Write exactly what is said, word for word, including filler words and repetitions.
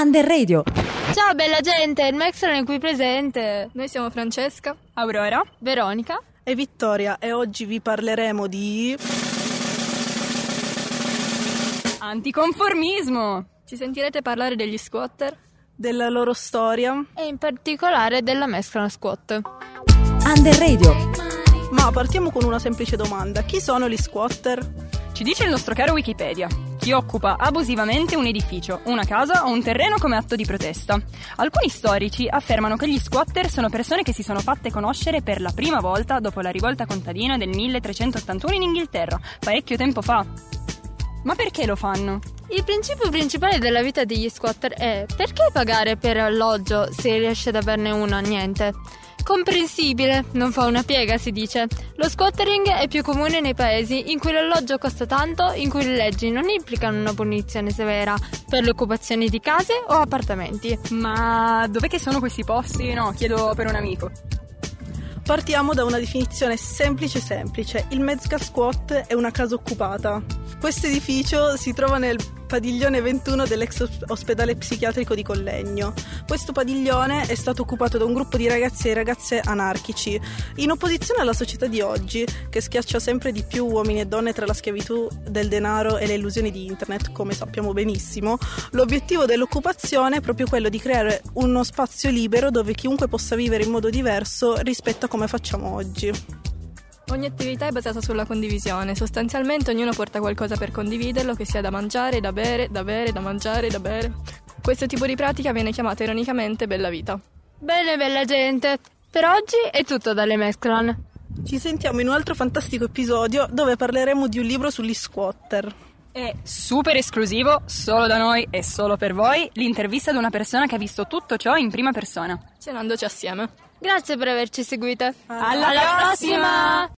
Under Radio. Ciao bella gente, il Mextron è qui presente. Noi siamo Francesca, Aurora, Veronica e Vittoria e oggi vi parleremo di... anticonformismo. Ci sentirete parlare degli squatter, della loro storia e in particolare della Mextron Squat. Under Radio. Ma partiamo con una semplice domanda: chi sono gli squatter? Ci dice il nostro caro Wikipedia: chi occupa abusivamente un edificio, una casa o un terreno come atto di protesta. Alcuni storici affermano che gli squatter sono persone che si sono fatte conoscere per la prima volta dopo la rivolta contadina del milletrecentottantuno in Inghilterra, parecchio tempo fa. Ma perché lo fanno? Il principio principale della vita degli squatter è: perché pagare per alloggio se riesce ad averne uno a niente? Comprensibile, non fa una piega, si dice. Lo squattering è più comune nei paesi in cui l'alloggio costa tanto, in cui le leggi non implicano una punizione severa per le occupazioni di case o appartamenti. Ma dov'è che sono questi posti? No, chiedo per un amico. Partiamo da una definizione semplice semplice. Il Mezca Squat è una casa occupata. Questo edificio si trova nel padiglione ventuno dell'ex ospedale psichiatrico di Collegno. Questo padiglione è stato occupato da un gruppo di ragazzi e ragazze anarchici, in opposizione alla società di oggi, che schiaccia sempre di più uomini e donne tra la schiavitù del denaro e le illusioni di internet, come sappiamo benissimo. L'obiettivo dell'occupazione è proprio quello di creare uno spazio libero dove chiunque possa vivere in modo diverso rispetto a come facciamo oggi. Ogni attività è basata sulla condivisione. Sostanzialmente ognuno porta qualcosa per condividerlo, che sia da mangiare, da bere, da bere, da mangiare, da bere. Questo tipo di pratica viene chiamata ironicamente bella vita. Bene bella gente, per oggi è tutto dalle Mextron. Ci sentiamo in un altro fantastico episodio dove parleremo di un libro sugli squatter. È super esclusivo, solo da noi e solo per voi, l'intervista ad una persona che ha visto tutto ciò in prima persona. Cenandoci assieme. Grazie per averci seguite. Alla, Alla prossima!